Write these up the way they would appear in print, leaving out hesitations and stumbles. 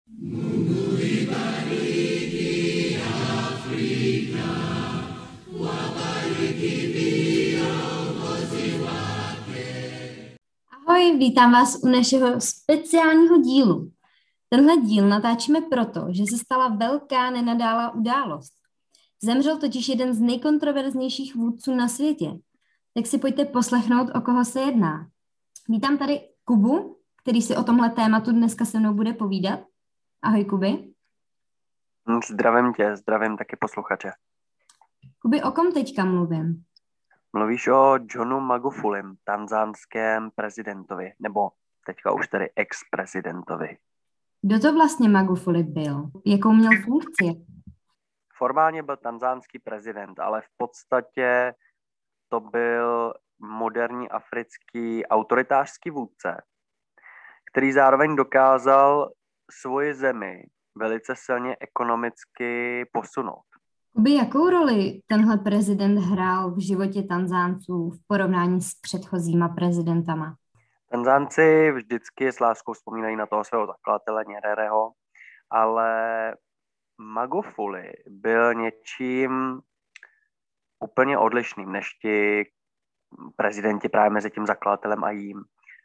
Ahoj, vítám vás u našeho speciálního dílu. Tenhle díl natáčíme proto, že se stala velká nenadálá událost. Zemřel totiž jeden z nejkontroverznějších vůdců na světě. Tak si pojďte poslechnout, o koho se jedná. Vítám tady Kubu, který si o tomhle tématu dneska se mnou bude povídat. Ahoj, Kuby. Zdravím tě, zdravím taky posluchače. Kuby, o kom teďka mluvím? Mluvíš o Johnu Magufulim, tanzánském prezidentovi, nebo teďka už tedy ex-prezidentovi. Kdo to vlastně Magufuli byl? Jakou měl funkci? Formálně byl tanzánský prezident, ale v podstatě to byl moderní africký autoritářský vůdce, který zároveň dokázal svoji zemi velice silně ekonomicky posunout. Kuby, jakou roli tenhle prezident hrál v životě Tanzánců v porovnání s předchozíma prezidentama? Tanzánci vždycky s láskou vzpomínají na toho svého zakladatele Nyerereho, ale Magufuli byl něčím úplně odlišným než ti prezidenti právě mezi tím zakladatelem a jím.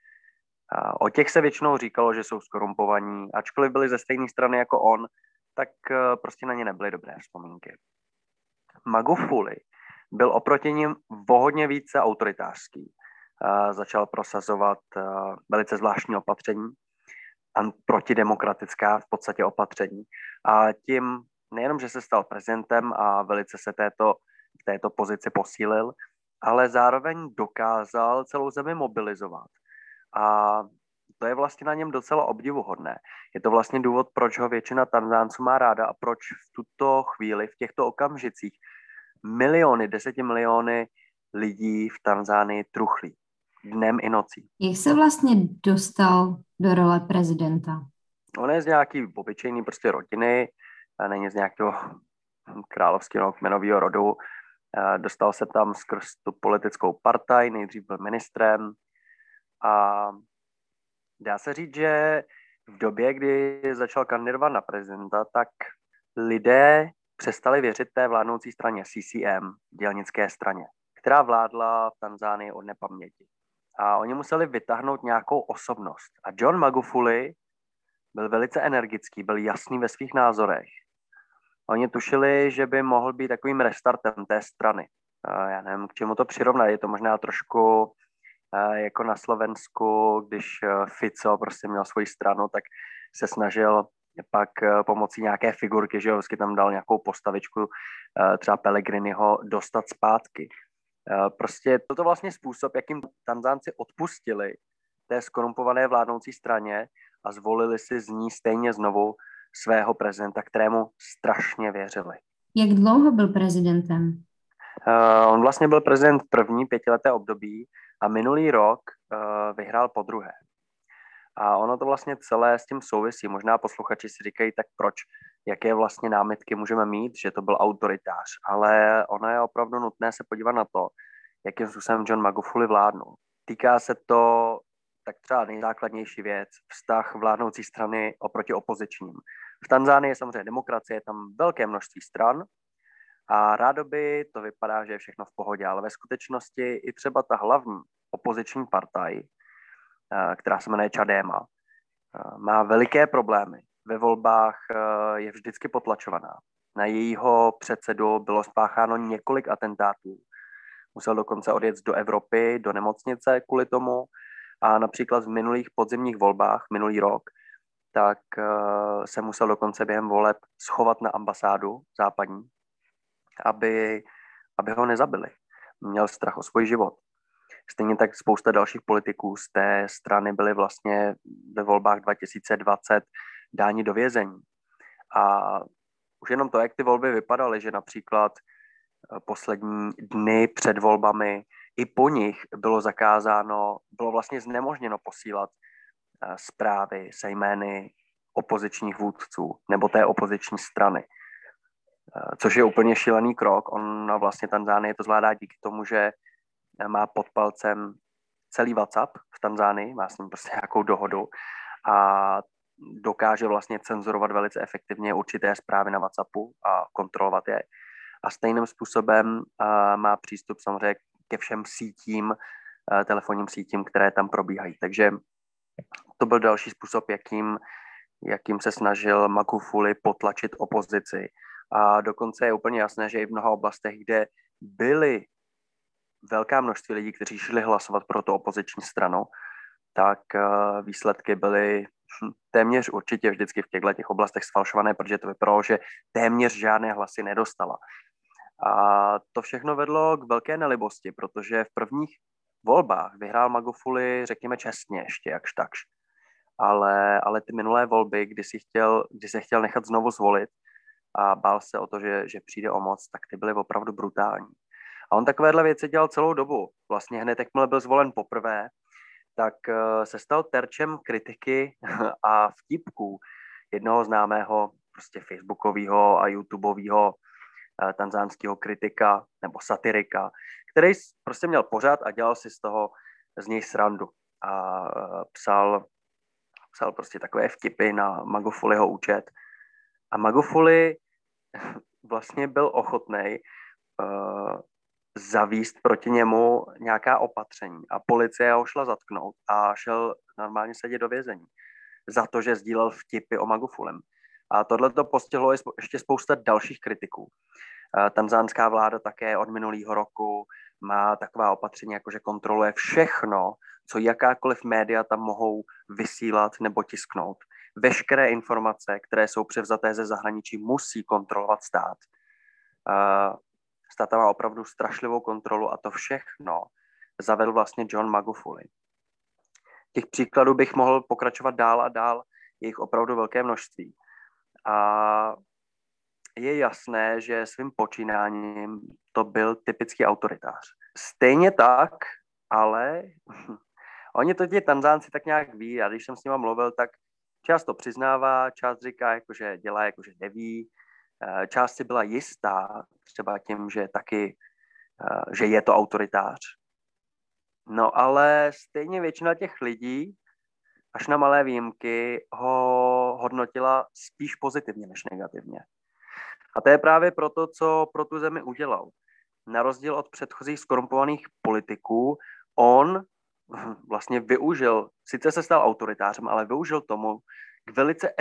O těch se většinou říkalo, že jsou skorumpovaní, ačkoliv byli ze stejné strany jako on, tak prostě na ně nebyly dobré vzpomínky. Magufuli byl oproti nim o hodně více autoritářský. Začal prosazovat velice zvláštní opatření, protidemokratická v podstatě opatření. A tím nejenom, že se stal prezidentem a velice se v této pozici posílil, ale zároveň dokázal celou zemi mobilizovat. A to je vlastně na něm docela obdivuhodné. Je to vlastně důvod, proč ho většina Tanzánců má ráda a proč v tuto chvíli, v těchto okamžicích miliony, 10 miliony lidí v Tanzánii truchlí dnem i nocí. Jak se vlastně dostal do role prezidenta? On je z nějaký obyčejný prostě rodiny, není z nějakého královského kmenového rodu. Dostal se tam skrz tu politickou partaj, nejdřív byl ministrem a dá se říct, že v době, kdy začal kandidovat na prezidenta, tak lidé přestali věřit té vládnoucí straně CCM, dělnické straně, která vládla v Tanzánii od nepaměti. A oni museli vytáhnout nějakou osobnost. A John Magufuli byl velice energický, byl jasný ve svých názorech. Oni tušili, že by mohl být takovým restartem té strany. Já nevím, k čemu to přirovnat. Je to možná trošku jako na Slovensku, když Fico prostě měl svoji stranu, tak se snažil pak pomocí nějaké figurky, že jo, vždycky tam dal nějakou postavičku, třeba Pellegriniho, dostat zpátky. Prostě toto vlastně způsob, jakým Tanzánci odpustili té skorumpované vládnoucí straně a zvolili si z ní stejně znovu svého prezidenta, kterému strašně věřili. Jak dlouho byl prezidentem? On vlastně byl prezident první 5leté období a minulý rok vyhrál podruhé. A ono to vlastně celé s tím souvisí. Možná posluchači si říkají, tak proč, jaké vlastně námitky můžeme mít, že to byl autoritář. Ale ono je opravdu nutné se podívat na to, jakým způsobem John Magufuli vládnul. Týká se to tak třeba nejzákladnější věc, vztah vládnoucí strany oproti opozičním. V Tanzánii je samozřejmě demokracie, je tam velké množství stran a rádoby to vypadá, že je všechno v pohodě, ale ve skutečnosti i třeba ta hlavní opoziční partaj, která se jmenuje Chadema, má veliké problémy. Ve volbách je vždycky potlačovaná. Na jejího předsedu bylo spácháno několik atentátů. Musel dokonce odjet do Evropy, do nemocnice kvůli tomu. A například v minulých podzimních volbách, minulý rok, tak se musel dokonce během voleb schovat na ambasádu západní, aby ho nezabili. Měl strach o svůj život. Stejně tak spousta dalších politiků z té strany byly vlastně ve volbách 2020 dáni do vězení. A už jenom to, jak ty volby vypadaly, že například poslední dny před volbami i po nich bylo vlastně znemožněno posílat zprávy se jmény opozičních vůdců nebo té opoziční strany. Což je úplně šílený krok. On vlastně Tanzánie to zvládá díky tomu, že má pod palcem celý WhatsApp v Tanzánii, má s ním prostě nějakou dohodu a dokáže vlastně cenzurovat velice efektivně určité zprávy na WhatsAppu a kontrolovat je. A stejným způsobem má přístup samozřejmě ke všem sítím, telefonním sítím, které tam probíhají. Takže to byl další způsob, jakým se snažil Magufuli potlačit opozici. A dokonce je úplně jasné, že i v mnoha oblastech, kde byly velká množství lidí, kteří šli hlasovat pro tu opoziční stranu, tak výsledky byly téměř určitě vždycky v těchto oblastech sfalšované, protože to vypadalo, že téměř žádné hlasy nedostala. A to všechno vedlo k velké nelibosti, protože v prvních volbách vyhrál Magufuli, řekněme čestně ještě, jakž takž. Ale ty minulé volby, kdy se chtěl nechat znovu zvolit a bál se o to, že přijde o moc, tak ty byly opravdu brutální. A on takovéhle věci dělal celou dobu. Vlastně hned, jakmile byl zvolen poprvé, tak se stal terčem kritiky a vtipků jednoho známého prostě facebookového a youtubeového tanzánského kritika nebo satirika, který prostě měl pořád a dělal si z něj srandu. A psal prostě takové vtipy na Magufuliho účet. A Magufuli vlastně byl ochotnej zavést proti němu nějaká opatření. A policie ho šla zatknout a šel normálně sedět do vězení za to, že sdílel vtipy o Magufulem. A tohle to postihlo ještě spousta dalších kritiků. Tanzánská vláda také od minulého roku má taková opatření, jako že kontroluje všechno, co jakákoliv média tam mohou vysílat nebo tisknout. Veškeré informace, které jsou převzaté ze zahraničí, musí kontrolovat stát. Stát má opravdu strašlivou kontrolu a to všechno zavedl vlastně John Magufuli. Těch příkladů bych mohl pokračovat dál a dál, je jich opravdu velké množství. A je jasné, že svým počínáním to byl typický autoritář. Stejně tak, ale oni to ti Tanzánci tak nějak ví a když jsem s nima mluvil, tak část to přiznává, část říká, jakože dělá, jakože neví, část si byla jistá, třeba tím, že taky, že je to autoritář. No ale stejně většina těch lidí, až na malé výjimky, ho hodnotila spíš pozitivně než negativně. A to je právě proto, co pro tu zemi udělal. Na rozdíl od předchozích skorumpovaných politiků, on vlastně využil, sice se stal autoritářem, ale využil tomu k velice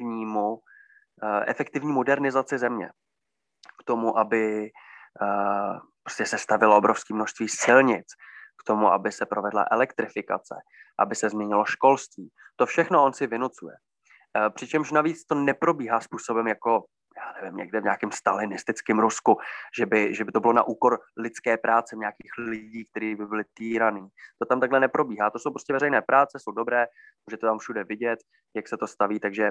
efektivní modernizaci země. K tomu, aby prostě se stavilo obrovské množství silnic, k tomu, aby se provedla elektrifikace, aby se změnilo školství. To všechno on si vynucuje. Přičemž navíc to neprobíhá způsobem jako, já nevím, někde v nějakém stalinistickém Rusku, že by to bylo na úkor lidské práce nějakých lidí, kteří by byli týraný. To tam takhle neprobíhá. To jsou prostě veřejné práce, jsou dobré, můžete tam všude vidět, jak se to staví, takže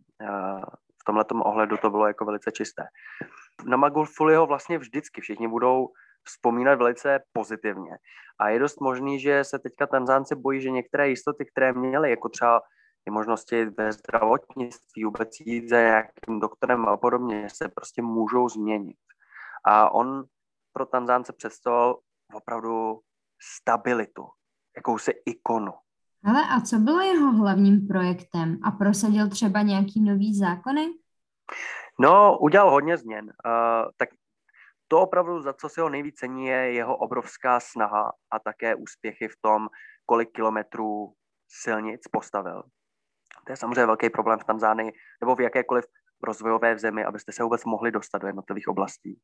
v tomhletom ohledu to bylo jako velice čisté. Na Magufuliho vlastně vždycky všichni budou vzpomínat velice pozitivně. A je dost možný, že se teďka Tanzánci bojí, že některé jistoty, které měli, jako třeba ty možnosti ve zdravotnictví, vůbec jít za nějakým doktorem a podobně, se prostě můžou změnit. A on pro Tanzánce představoval opravdu stabilitu, jakousi ikonu. Ale a co bylo jeho hlavním projektem? A prosadil třeba nějaký nový zákony? No, udělal hodně změn. Tak to opravdu, za co si ho nejvíc cení, je jeho obrovská snaha a také úspěchy v tom, kolik kilometrů silnic postavil. To je samozřejmě velký problém v Tanzánii nebo v jakékoliv rozvojové zemi, abyste se vůbec mohli dostat do jednotlivých oblastí.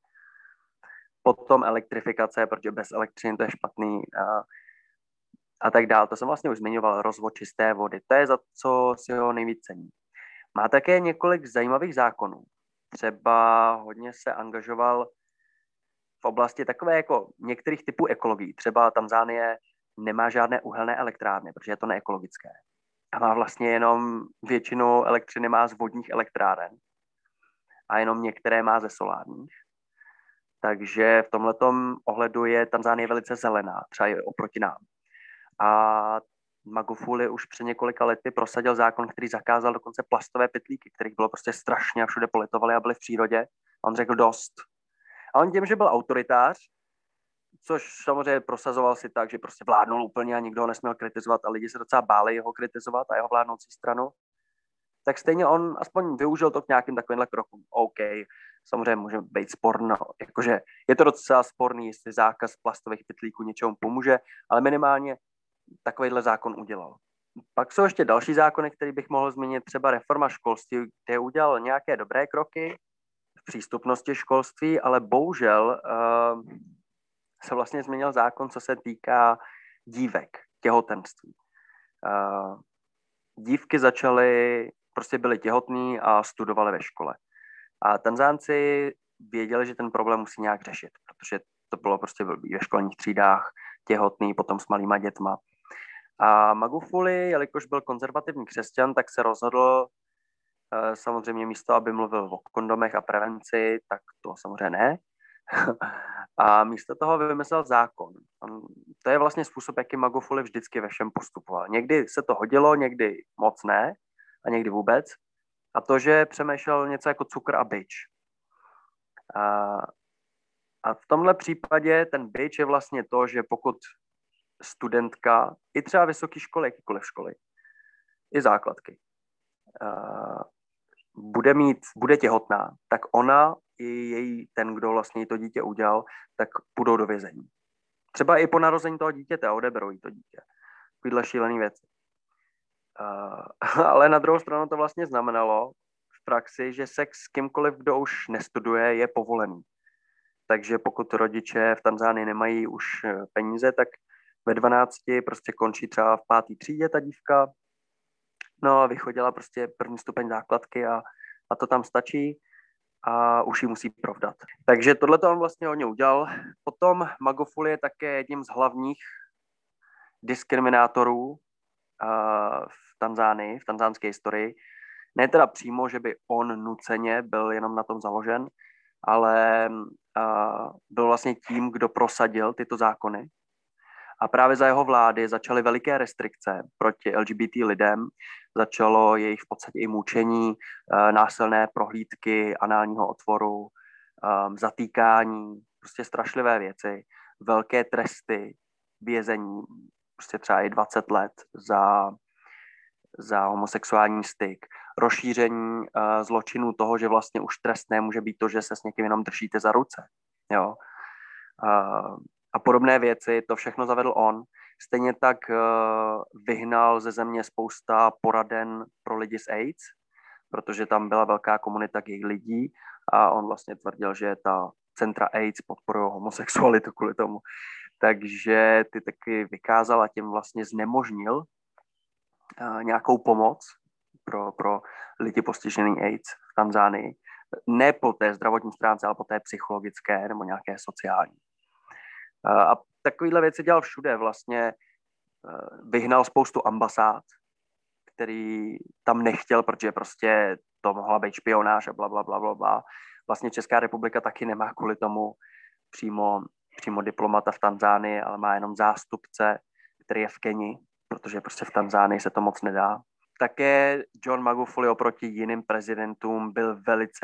Potom elektrifikace, protože bez elektřiny to je špatný a tak dál. To jsem vlastně už zmiňoval, rozvod čisté vody. To je za co si ho nejvíc cení. Má také několik zajímavých zákonů. Třeba hodně se angažoval v oblasti takové jako některých typů ekologií. Třeba Tanzánie nemá žádné uhelné elektrárny, protože je to neekologické. A má vlastně jenom většinu elektřiny má z vodních elektráren a jenom některé má ze solárních. Takže v tomhletom ohledu je Tanzánie velice zelená, třeba i oproti nám. A Magufuli už před několika lety prosadil zákon, který zakázal dokonce plastové pytlíky, kterých bylo prostě strašně a všude politovali a byly v přírodě. A on řekl dost. A on tím, že byl autoritář, což samozřejmě prosazoval si tak, že prostě vládnul úplně a nikdo ho nesměl kritizovat a lidi se docela báli jeho kritizovat a jeho vládnoucí stranu, tak stejně on aspoň využil to k nějakým takovýmhle krokům. OK, samozřejmě může být sporno, jakože je to docela sporný, jestli zákaz plastových pytlíků něčemu pomůže, ale minimálně takovýhle zákon udělal. Pak jsou ještě další zákony, které bych mohl zmínit, třeba reforma školství, kde udělal nějaké dobré kroky v přístupnosti školství, ale bohužel se vlastně změnil zákon, co se týká dívek, těhotenství. Dívky prostě byly těhotný a studovali ve škole. A Tanzánci věděli, že ten problém musí nějak řešit, protože to bylo prostě ve školních třídách, těhotný, potom s malýma dětma. A Magufuli, jelikož byl konzervativní křesťan, tak se rozhodl samozřejmě místo, aby mluvil o kondomech a prevenci, tak to samozřejmě ne. A místo toho vymyslel zákon. To je vlastně způsob, jaký Magufuli vždycky ve všem postupoval. Někdy se to hodilo, někdy moc ne a někdy vůbec. A to, že přemýšlel něco jako cukr a bič. A v tomhle případě ten bič je vlastně to, že pokud studentka, i třeba vysoké školy, jakýkoliv školy, i základky, bude těhotná, tak ona i ten, kdo vlastně to dítě udělal, tak půjdou do vězení. Třeba i po narození toho dítěte a odeberou jí to dítě. Takovýhle šílený věci. Ale na druhou stranu to vlastně znamenalo v praxi, že sex s kýmkoliv, kdo už nestuduje, je povolený. Takže pokud rodiče v Tanzánii nemají už peníze, tak ve 12 prostě končí třeba v 5. třídě ta dívka. No a vychodila prostě 1. stupeň základky a to tam stačí a už ji musí provdat. Takže tohleto on vlastně hodně udělal. Potom Magufuli je také jedním z hlavních diskriminátorů v Tanzánii, v tanzánské historii. Ne teda přímo, že by on nuceně byl jenom na tom založen, ale byl vlastně tím, kdo prosadil tyto zákony. A právě za jeho vlády začaly veliké restrikce proti LGBT lidem, začalo jejich v podstatě i mučení, násilné prohlídky análního otvoru, zatýkání, prostě strašlivé věci, velké tresty, vězení, prostě třeba i 20 let za homosexuální styk, rozšíření zločinů toho, že vlastně už trestné může být to, že se s někým jenom držíte za ruce. Jo? A podobné věci, to všechno zavedl on. Stejně tak vyhnal ze země spousta poraden pro lidi s AIDS, protože tam byla velká komunita gay lidí a on vlastně tvrdil, že ta centra AIDS podporují homosexualitu kvůli tomu. Takže ty taky vykázal a tím vlastně znemožnil nějakou pomoc pro lidi postižený AIDS v Tanzánii. Ne po té zdravotní stránce, ale po té psychologické nebo nějaké sociální. A takovýhle věci dělal všude. Vlastně vyhnal spoustu ambasád, který tam nechtěl, protože prostě to mohla být špionáž a blablabla. Vlastně Česká republika taky nemá kvůli tomu přímo diplomata v Tanzánii, ale má jenom zástupce, který je v Keni, protože prostě v Tanzánii se to moc nedá. Také John Magufuli oproti jiným prezidentům byl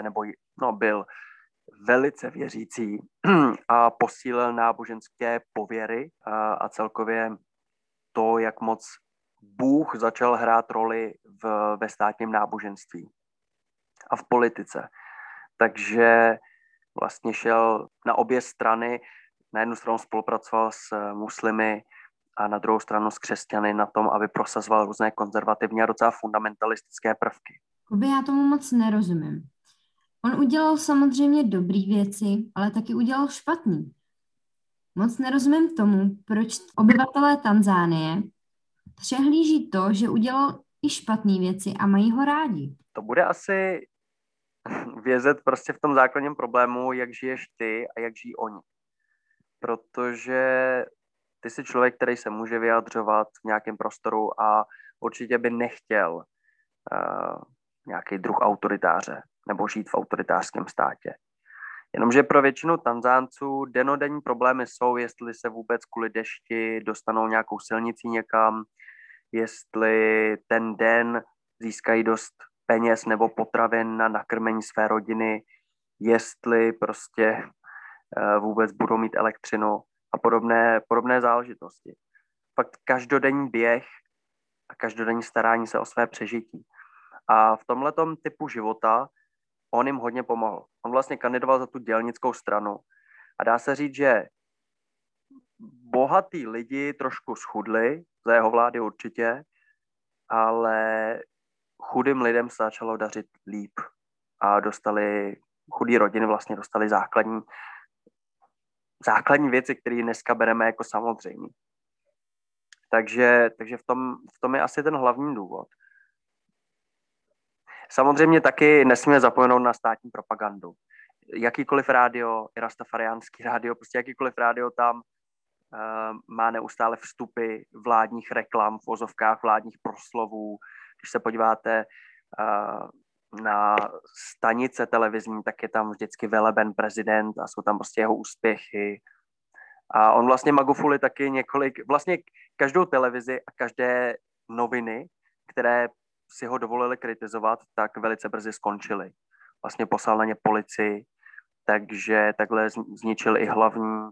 velice věřící a posílil náboženské pověry a celkově to, jak moc Bůh začal hrát roli ve státním náboženství a v politice. Takže vlastně šel na obě strany. Na jednu stranu spolupracoval s muslimy a na druhou stranu s křesťany na tom, aby prosazoval různé konzervativní a docela fundamentalistické prvky. Já tomu moc nerozumím. On udělal samozřejmě dobrý věci, ale taky udělal špatný. Moc nerozumím tomu, proč obyvatelé Tanzánie přehlíží to, že udělal i špatné věci a mají ho rádi. To bude asi vězet prostě v tom základním problému, jak žiješ ty a jak žijí oni. Protože ty jsi člověk, který se může vyjadřovat v nějakém prostoru a určitě by nechtěl nějaký druh autoritáře nebo žít v autoritářském státě. Jenomže pro většinu Tanzánců dennodenní problémy jsou, jestli se vůbec kvůli dešti dostanou nějakou silnicí někam, jestli ten den získají dost peněz nebo potravin na nakrmení své rodiny, jestli prostě vůbec budou mít elektřinu a podobné záležitosti. Fakt každodenní běh a každodenní starání se o své přežití. A v tomhletom typu života on jim hodně pomohl. On vlastně kandidoval za tu dělnickou stranu. A dá se říct, že bohatý lidi trošku schudli, za jeho vlády určitě, ale chudým lidem se začalo dařit líp. A chudý rodiny vlastně dostali základní věci, které dneska bereme jako samozřejmé. Takže v tom je asi ten hlavní důvod. Samozřejmě taky nesmíme zapomenout na státní propagandu. Jakýkoliv rádio, i rastafariánský rádio, prostě jakýkoliv rádio tam má neustále vstupy vládních reklam, v ozovkách vládních proslovů. Když se podíváte na stanice televizní, tak je tam vždycky veleben prezident a jsou tam prostě jeho úspěchy. A on vlastně Magufuli taky vlastně každou televizi a každé noviny, které si ho dovolili kritizovat, tak velice brzy skončili. Vlastně poslal na ně policii, takže takhle zničil i hlavní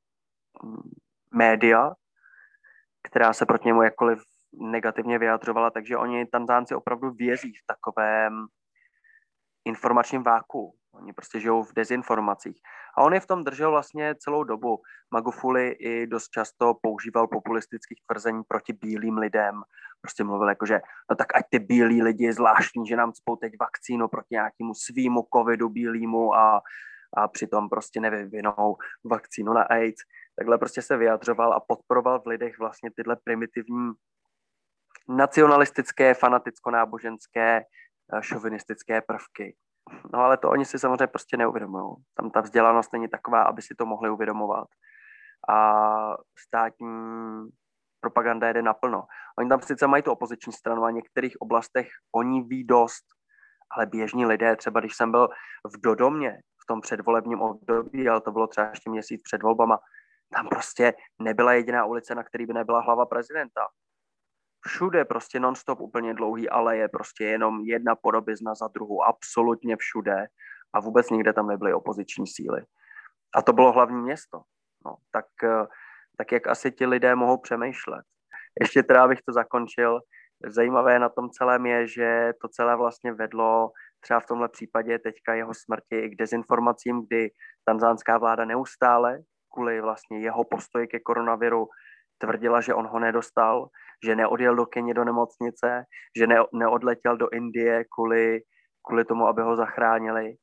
média, která se proti němu jakkoliv negativně vyjadřovala, takže oni Tanzánci opravdu věří v takovém informačním váku. Oni prostě žijou v dezinformacích. A on je v tom držel vlastně celou dobu. Magufuli i dost často používal populistických tvrzení proti bílým lidem. Prostě mluvil jako, že no tak ať ty bílí lidi, zvláštní, že nám cpou teď vakcínu proti nějakému svýmu covidu bílýmu a přitom prostě nevyvinou vakcínu na AIDS. Takhle prostě se vyjadřoval a podporoval v lidech vlastně tyhle primitivní nacionalistické, fanaticko-náboženské, šovinistické prvky. No ale to oni si samozřejmě prostě neuvědomují. Tam ta vzdělanost není taková, aby si to mohli uvědomovat. A státní propaganda jede naplno. Oni tam sice mají tu opoziční stranu a v některých oblastech oni ví dost, ale běžní lidé, třeba když jsem byl v Dodomě v tom předvolebním období, ale to bylo třeba ještě měsíc před volbama, tam prostě nebyla jediná ulice, na který by nebyla hlava prezidenta. Všude prostě non-stop úplně dlouhý aleje, prostě jenom jedna podobizna za druhou, absolutně všude a vůbec nikde tam nebyly opoziční síly. A to bylo hlavní město. No, tak jak asi ti lidé mohou přemýšlet. Ještě teda bych to zakončil. Zajímavé na tom celém je, že to celé vlastně vedlo třeba v tomhle případě teďka jeho smrti i k dezinformacím, kdy tanzánská vláda neustále kvůli vlastně jeho postoji ke koronaviru tvrdila, že on ho nedostal, že neodjel do Keni do nemocnice, že neodletěl do Indie kvůli tomu, aby ho zachránili.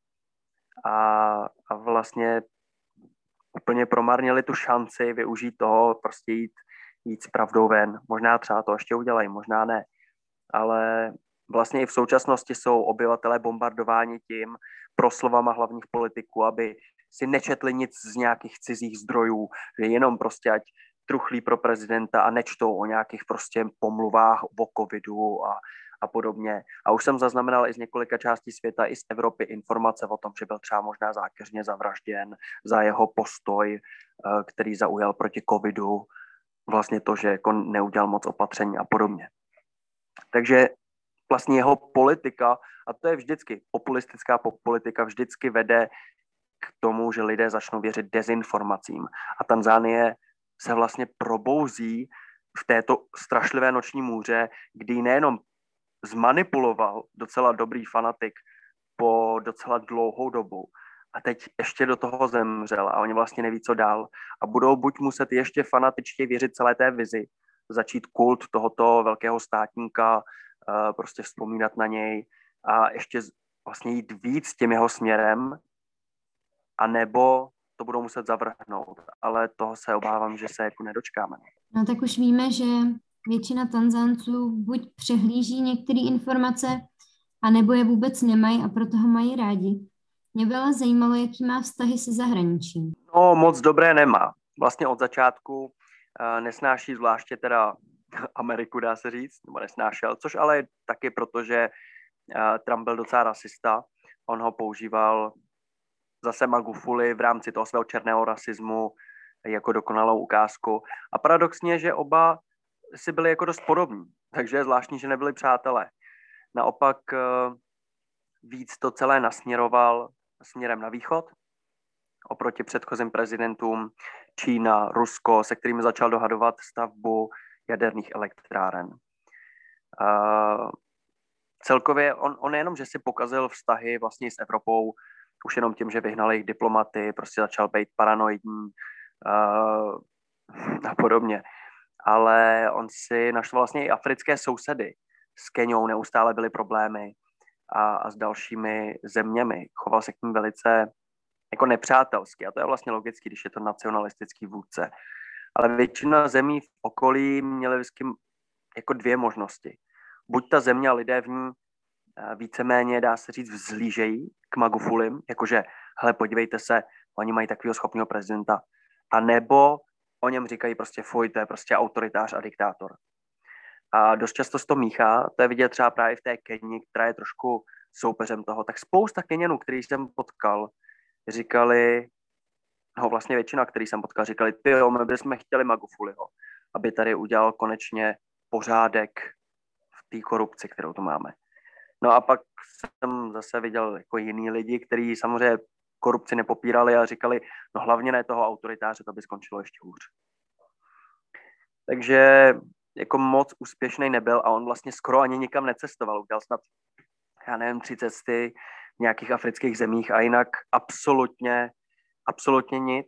A vlastně úplně promarnili tu šanci využít toho, prostě jít s pravdou ven. Možná třeba to ještě udělají, možná ne. Ale vlastně i v současnosti jsou obyvatelé bombardováni tím proslovama hlavních politiků, aby si nečetli nic z nějakých cizích zdrojů, že jenom prostě ať truchlí pro prezidenta a nečtou o nějakých prostě pomluvách o covidu a podobně. A už jsem zaznamenal i z několika částí světa, i z Evropy informace o tom, že byl třeba možná zákeřně zavražděn za jeho postoj, který zaujal proti covidu, vlastně to, že jako neudělal moc opatření a podobně. Takže vlastně jeho politika, a to je vždycky, populistická politika vždycky vede k tomu, že lidé začnou věřit dezinformacím. A Tanzánie se vlastně probouzí v této strašlivé noční můře, kdy nejenom zmanipuloval docela dobrý fanatik po docela dlouhou dobu a teď ještě do toho zemřel a oni vlastně neví, co dál a budou buď muset ještě fanatičtě věřit celé té vizi, začít kult tohoto velkého státníka, prostě vzpomínat na něj a ještě vlastně jít víc tím jeho směrem, anebo to budou muset zavrhnout, ale toho se obávám, že se jako nedočkáme. No tak už víme, že většina Tanzánců buď přehlíží některé informace, anebo je vůbec nemají a proto ho mají rádi. Mě bylo zajímalo, jaký má vztahy se zahraničím. No, moc dobré nemá. Vlastně od začátku nesnáší zvláště teda Ameriku, dá se říct, nebo nesnášel, což ale je taky proto, že Trump byl docela rasista. On ho používal zase Magufuli v rámci toho svého černého rasismu jako dokonalou ukázku. A paradoxně, že oba si byli jako dost podobní, takže je zvláštní, že nebyli přátelé. Naopak víc to celé nasměroval směrem na východ, oproti předchozím prezidentům Čína, Rusko, se kterými začal dohadovat stavbu jaderných elektráren. celkově on nejenom, že si pokazil vztahy vlastně s Evropou, už jenom tím, že vyhnal jejich diplomaty, prostě začal být paranoidní a podobně. Ale on si našel vlastně i africké sousedy. S Keňou neustále byly problémy a s dalšími zeměmi. Choval se k ním velice jako nepřátelsky a to je vlastně logicky, když je to nacionalistický vůdce. Ale většina zemí v okolí měly vždycky jako dvě možnosti. Buď ta země a lidé v ní víceméně, dá se říct, vzlížejí k Magufulim, jakože, hele, podívejte se, oni mají takového schopného prezidenta, a nebo o něm říkají prostě fuj, to je prostě autoritář a diktátor. A dost často se to míchá, to je vidět třeba právě v té Keni, která je trošku soupeřem toho. Tak spousta Keňanů, který jsem potkal, říkali, no vlastně většina, který jsem potkal, říkali, my bychom chtěli Magufuliho, aby tady udělal konečně pořádek v té korupci, kterou tu máme. No a pak jsem zase viděl jako jiný lidi, kteří samozřejmě korupci nepopírali a říkali, no hlavně ne toho autoritáře, to by skončilo ještě hůř. Takže jako moc úspěšný nebyl a on vlastně skoro ani nikam necestoval. Udělal snad, já nevím, 3 cesty v nějakých afrických zemích a jinak absolutně nic.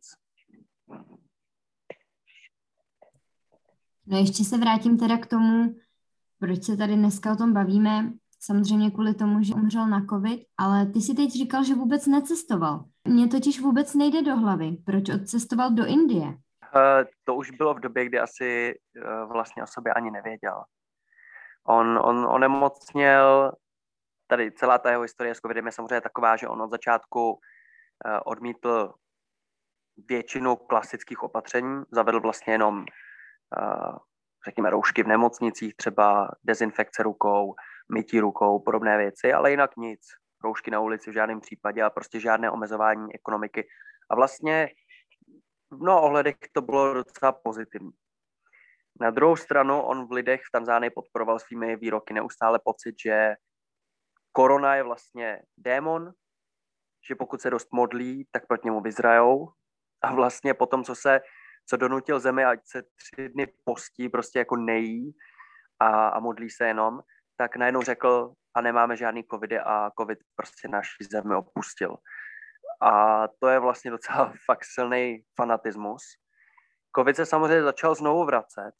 No ještě se vrátím teda k tomu, proč se tady dneska o tom bavíme. Samozřejmě kvůli tomu, že umřel na covid, ale ty si teď říkal, že vůbec necestoval. Mně totiž vůbec nejde do hlavy, proč odcestoval do Indie. To už bylo v době, kdy asi vlastně o sobě ani nevěděl. On onemocněl, tady celá ta jeho historie s covidem je samozřejmě taková, že on od začátku odmítl většinu klasických opatření, zavedl vlastně jenom řekněme roušky v nemocnicích, třeba dezinfekce rukou, mytí rukou, podobné věci, ale jinak nic. Roušky na ulici v žádném případě a prostě žádné omezování ekonomiky. A vlastně v mnoha ohledech to bylo docela pozitivní. Na druhou stranu on v lidech v Tanzánii podporoval svými výroky neustále pocit, že korona je vlastně démon, že pokud se dost modlí, tak proti němu vyzrajou. A vlastně potom, co donutil zemi, ať se 3 dny postí, prostě jako nejí a modlí se jenom, tak najednou řekl, a nemáme žádný covidy a covid prostě naší zemi opustil. A to je vlastně docela fakt silný fanatismus. Covid se samozřejmě začal znovu vracet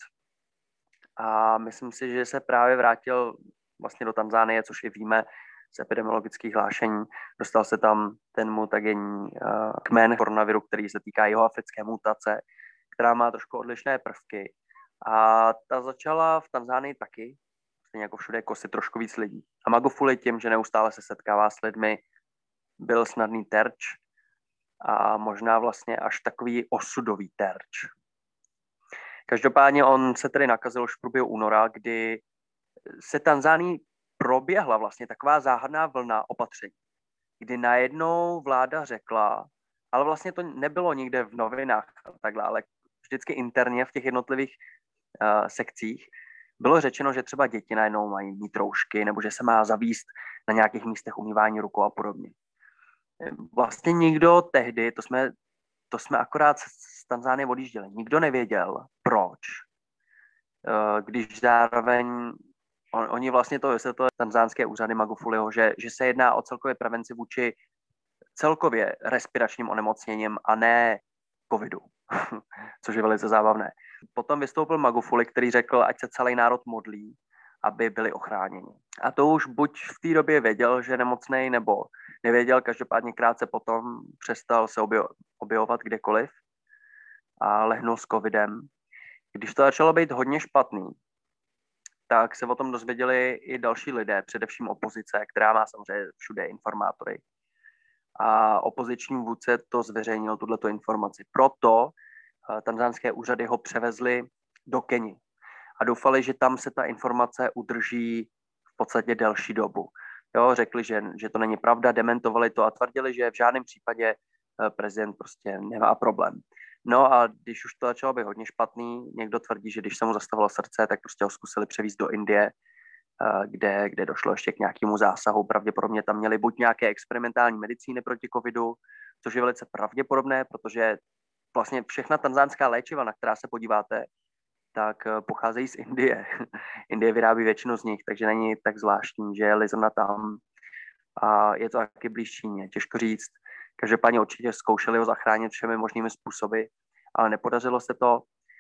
a myslím si, že se právě vrátil vlastně do Tanzánie, což i víme z epidemiologických hlášení. Dostal se tam ten mutagenní kmen koronaviru, který se týká jihoafrické mutace, která má trošku odlišné prvky. A ta začala v Tanzánii taky, stejně jako všude, kosit trošku víc lidí. A Magufuli tím, že neustále se setkává s lidmi, byl snadný terč a možná vlastně až takový osudový terč. Každopádně on se tedy nakazil už v průběhu února, kdy se Tanzánii proběhla vlastně taková záhadná vlna opatření, kdy najednou vláda řekla, ale vlastně to nebylo nikde v novinách takhle, ale vždycky interně v těch jednotlivých sekcích bylo řečeno, že třeba děti najednou mají mít roušky nebo že se má zavíst na nějakých místech umývání rukou a podobně. Vlastně nikdo tehdy, to jsme akorát z Tanzánie odjížděli, nikdo nevěděl, proč. Když zároveň oni vlastně to vysvětlili tanzánské úřady Magufuliho, že se jedná o celkově prevenci vůči celkově respiračním onemocněním a ne covidu, což je velice zábavné. Potom vystoupil Magufuli, který řekl, ať se celý národ modlí, aby byli ochráněni. A to už buď v té době věděl, že je nemocnej, nebo nevěděl, každopádně krátce potom přestal se objevovat kdekoliv a lehnul s covidem. Když to začalo být hodně špatný, tak se o tom dozvěděli i další lidé, především opozice, která má samozřejmě všude informátory. A opoziční vůdce to zveřejnil, tuto informaci. Proto tanzánské úřady ho převezli do Keni a doufali, že tam se ta informace udrží v podstatě delší dobu. Jo, řekli, že to není pravda, dementovali to a tvrdili, že v žádném případě prezident prostě nemá problém. No a když už to začalo být hodně špatný, někdo tvrdí, že když se mu zastavilo srdce, tak prostě ho zkusili převízt do Indie, kde došlo ještě k nějakému zásahu. Pravděpodobně tam měli buď nějaké experimentální medicíny proti covidu, což je velice pravděpodobné, protože vlastně všechna tanzánská léčiva, na která se podíváte, tak pocházejí z Indie. Indie vyrábí většinu z nich, takže není tak zvláštní, že je lizona tam a je to taky blíž Číně, těžko říct. Každopádně určitě zkoušeli ho zachránit všemi možnými způsoby, ale nepodařilo se to.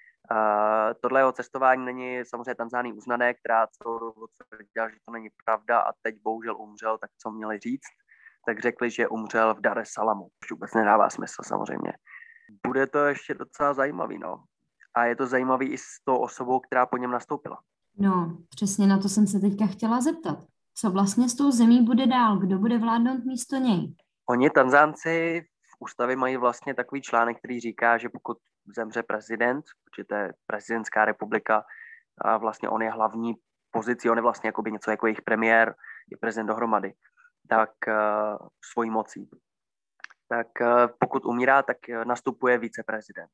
Tohle jeho cestování není samozřejmě Tanzánii uznané, která celou dobu tvrdila, že to není pravda a teď bohužel umřel, tak co měli říct? Tak řekli, že umřel v Dar es Salamu, což vůbec nedává smysl samozřejmě. Bude to ještě docela zajímavý, no. A je to zajímavý i s tou osobou, která po něm nastoupila. No, přesně na to jsem se teďka chtěla zeptat. Co vlastně s tou zemí bude dál? Kdo bude vládnout místo něj? Oni Tanzánci v ústavě mají vlastně takový článek, který říká, že pokud zemře prezident, protože to je prezidentská republika, a vlastně on je hlavní pozicí, on je vlastně jakoby něco jako jejich premiér, je prezident dohromady, tak svojí mocí. Tak pokud umírá, tak nastupuje viceprezident.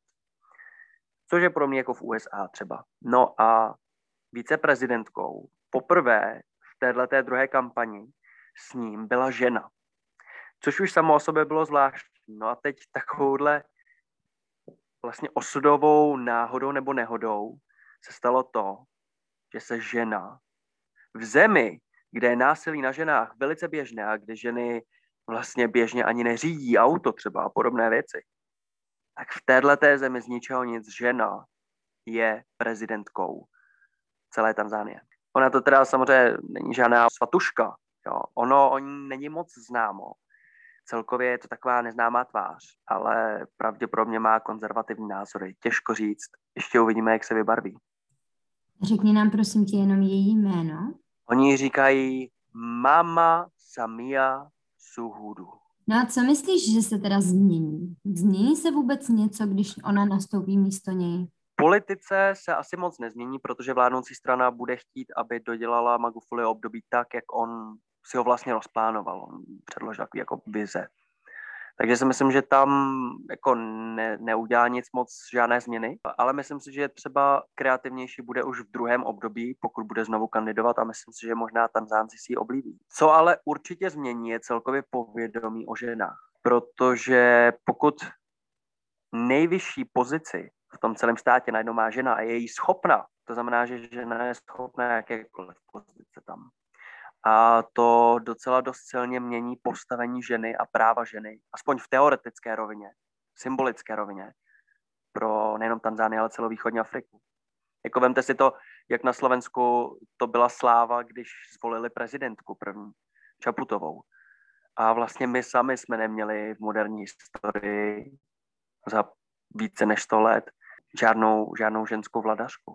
Což je pro mě jako v USA třeba. No a viceprezidentkou poprvé v téhleté druhé kampani s ním byla žena. Což už samo o sobě bylo zvláštní. No a teď takovouhle vlastně osudovou náhodou nebo nehodou se stalo to, že se žena v zemi, kde je násilí na ženách velice běžné a kde ženy vlastně běžně ani neřídí auto třeba a podobné věci, tak v téhleté zemi z ničeho nic žena je prezidentkou celé Tanzánie. Ona to teda samozřejmě není žádná svatuška, jo. Ono o ní není moc známo. Celkově je to taková neznámá tvář, ale pravděpodobně má konzervativní názory. Těžko říct. Ještě uvidíme, jak se vybarví. Řekni nám prosím tě jenom její jméno. Oni říkají Mama Samia Suluhu. No a co myslíš, že se teda změní? Změní se vůbec něco, když ona nastoupí místo něj? Politice se asi moc nezmění, protože vládnoucí strana bude chtít, aby dodělala Magufuliho období tak, jak on si ho vlastně rozplánoval. On předložil takový jako vize. Takže si myslím, že tam jako neudělá nic moc, žádné změny, ale myslím si, že třeba kreativnější bude už v druhém období, pokud bude znovu kandidovat a myslím si, že možná Tanzánci si ji oblíbí. Co ale určitě změní je celkově povědomí o ženách, protože pokud nejvyšší pozici v tom celém státě najednou má žena a je jí schopna, to znamená, že žena je schopná jakékoliv pozice tam. A to docela dost silně mění postavení ženy a práva ženy, aspoň v teoretické rovině, symbolické rovině, pro nejenom Tanzánii, ale celou východní Afriku. Jako vemte si to, jak na Slovensku to byla sláva, když zvolili prezidentku první, Čaputovou. A vlastně my sami jsme neměli v moderní historii za více než 100 let žádnou ženskou vladařku.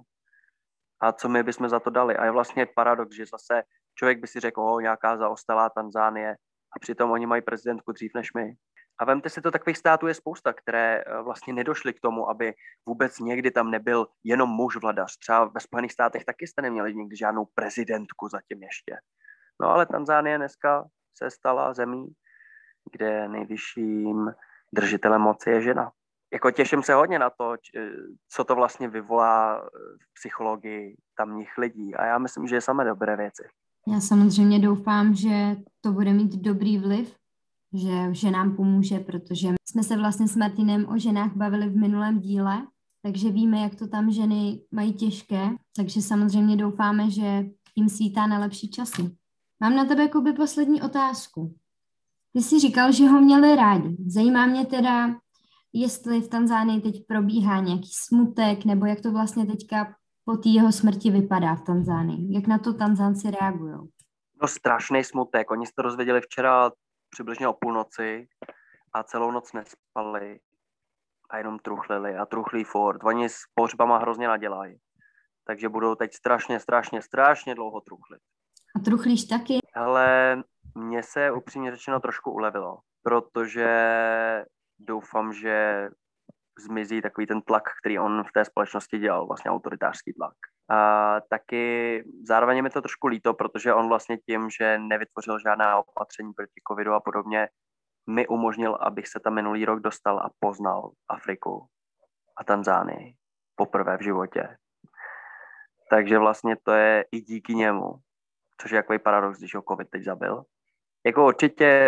A co my bychom za to dali? A je vlastně paradox, že zase člověk by si řekl, nějaká zaostalá Tanzánie a přitom oni mají prezidentku dřív než my. A vemte si to, takových států je spousta, které vlastně nedošly k tomu, aby vůbec někdy tam nebyl jenom muž vladař. Třeba ve Spojených státech taky jste neměli nikdy žádnou prezidentku zatím ještě. No ale Tanzánie dneska se stala zemí, kde nejvyšším držitelem moci je žena. Jako těším se hodně na to, co to vlastně vyvolá v psychologii tamních lidí. A já myslím, že je samé dobré věci. Já samozřejmě doufám, že to bude mít dobrý vliv, že nám pomůže, protože jsme se vlastně s Martinem o ženách bavili v minulém díle, takže víme, jak to tam ženy mají těžké, takže samozřejmě doufáme, že jim svítá na lepší časy. Mám na tebe jakoby poslední otázku. Ty jsi říkal, že ho měli rádi. Zajímá mě teda, jestli v Tanzánii teď probíhá nějaký smutek, nebo jak to vlastně teďka po té jeho smrti vypadá v Tanzánii. Jak na to Tanzánci reagují? No strašný smutek. Oni se to dozvěděli včera přibližně o půlnoci a celou noc nespali a jenom truchlili a truchlí furt. Oni s pohřbama hrozně nadělají. Takže budou teď strašně dlouho truchlit. A truchlíš taky? Ale mně se upřímně řečeno trošku ulevilo, protože doufám, že zmizí takový ten tlak, který on v té společnosti dělal, vlastně autoritářský tlak. A taky zároveň mi to trošku líto, protože on vlastně tím, že nevytvořil žádná opatření proti covidu a podobně, mi umožnil, abych se tam minulý rok dostal a poznal Afriku a Tanzánii poprvé v životě. Takže vlastně to je i díky němu, což je takový paradox, když ho covid teď zabil. Jako určitě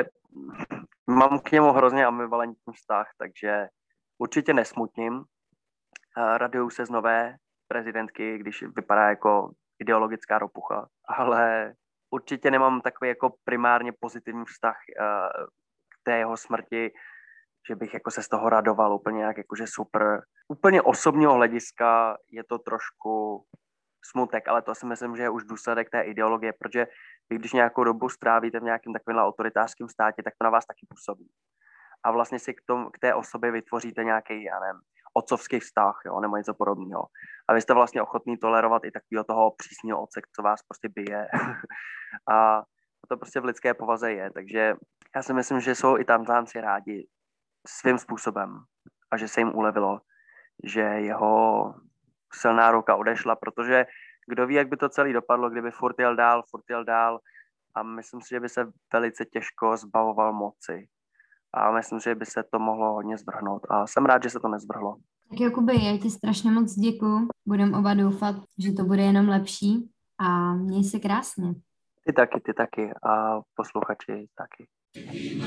mám k němu hrozně ambivalentní vztah, takže určitě nesmutním. Raduju se z nové prezidentky, když vypadá jako ideologická ropucha, ale určitě nemám takový jako primárně pozitivní vztah k té jeho smrti, že bych jako se z toho radoval úplně jak jakože super. Úplně osobního hlediska je to trošku smutek, ale to si myslím, že je už důsledek té ideologie, protože vy, když nějakou dobu strávíte v nějakém takovém autoritářském státě, tak to na vás taky působí. A vlastně si k té osobě vytvoříte nějaký, já nevím, otcovský vztah, jo, nebo něco podobného. A vy jste vlastně ochotný tolerovat i takového toho přísného otce, co vás prostě bije. A to prostě v lidské povaze je, takže já si myslím, že jsou i Tanzánci rádi svým způsobem a že se jim ulevilo, že jeho silná ruka odešla, protože kdo ví, jak by to celé dopadlo, kdyby furt jel dál a myslím si, že by se velice těžko zbavoval moci. A myslím, že by se to mohlo hodně zvrhnout. A jsem rád, že se to nezvrhlo. Tak Jakuby, já ti strašně moc děkuju. Budeme oba doufat, že to bude jenom lepší a měj se krásně. Ty taky a posluchači taky.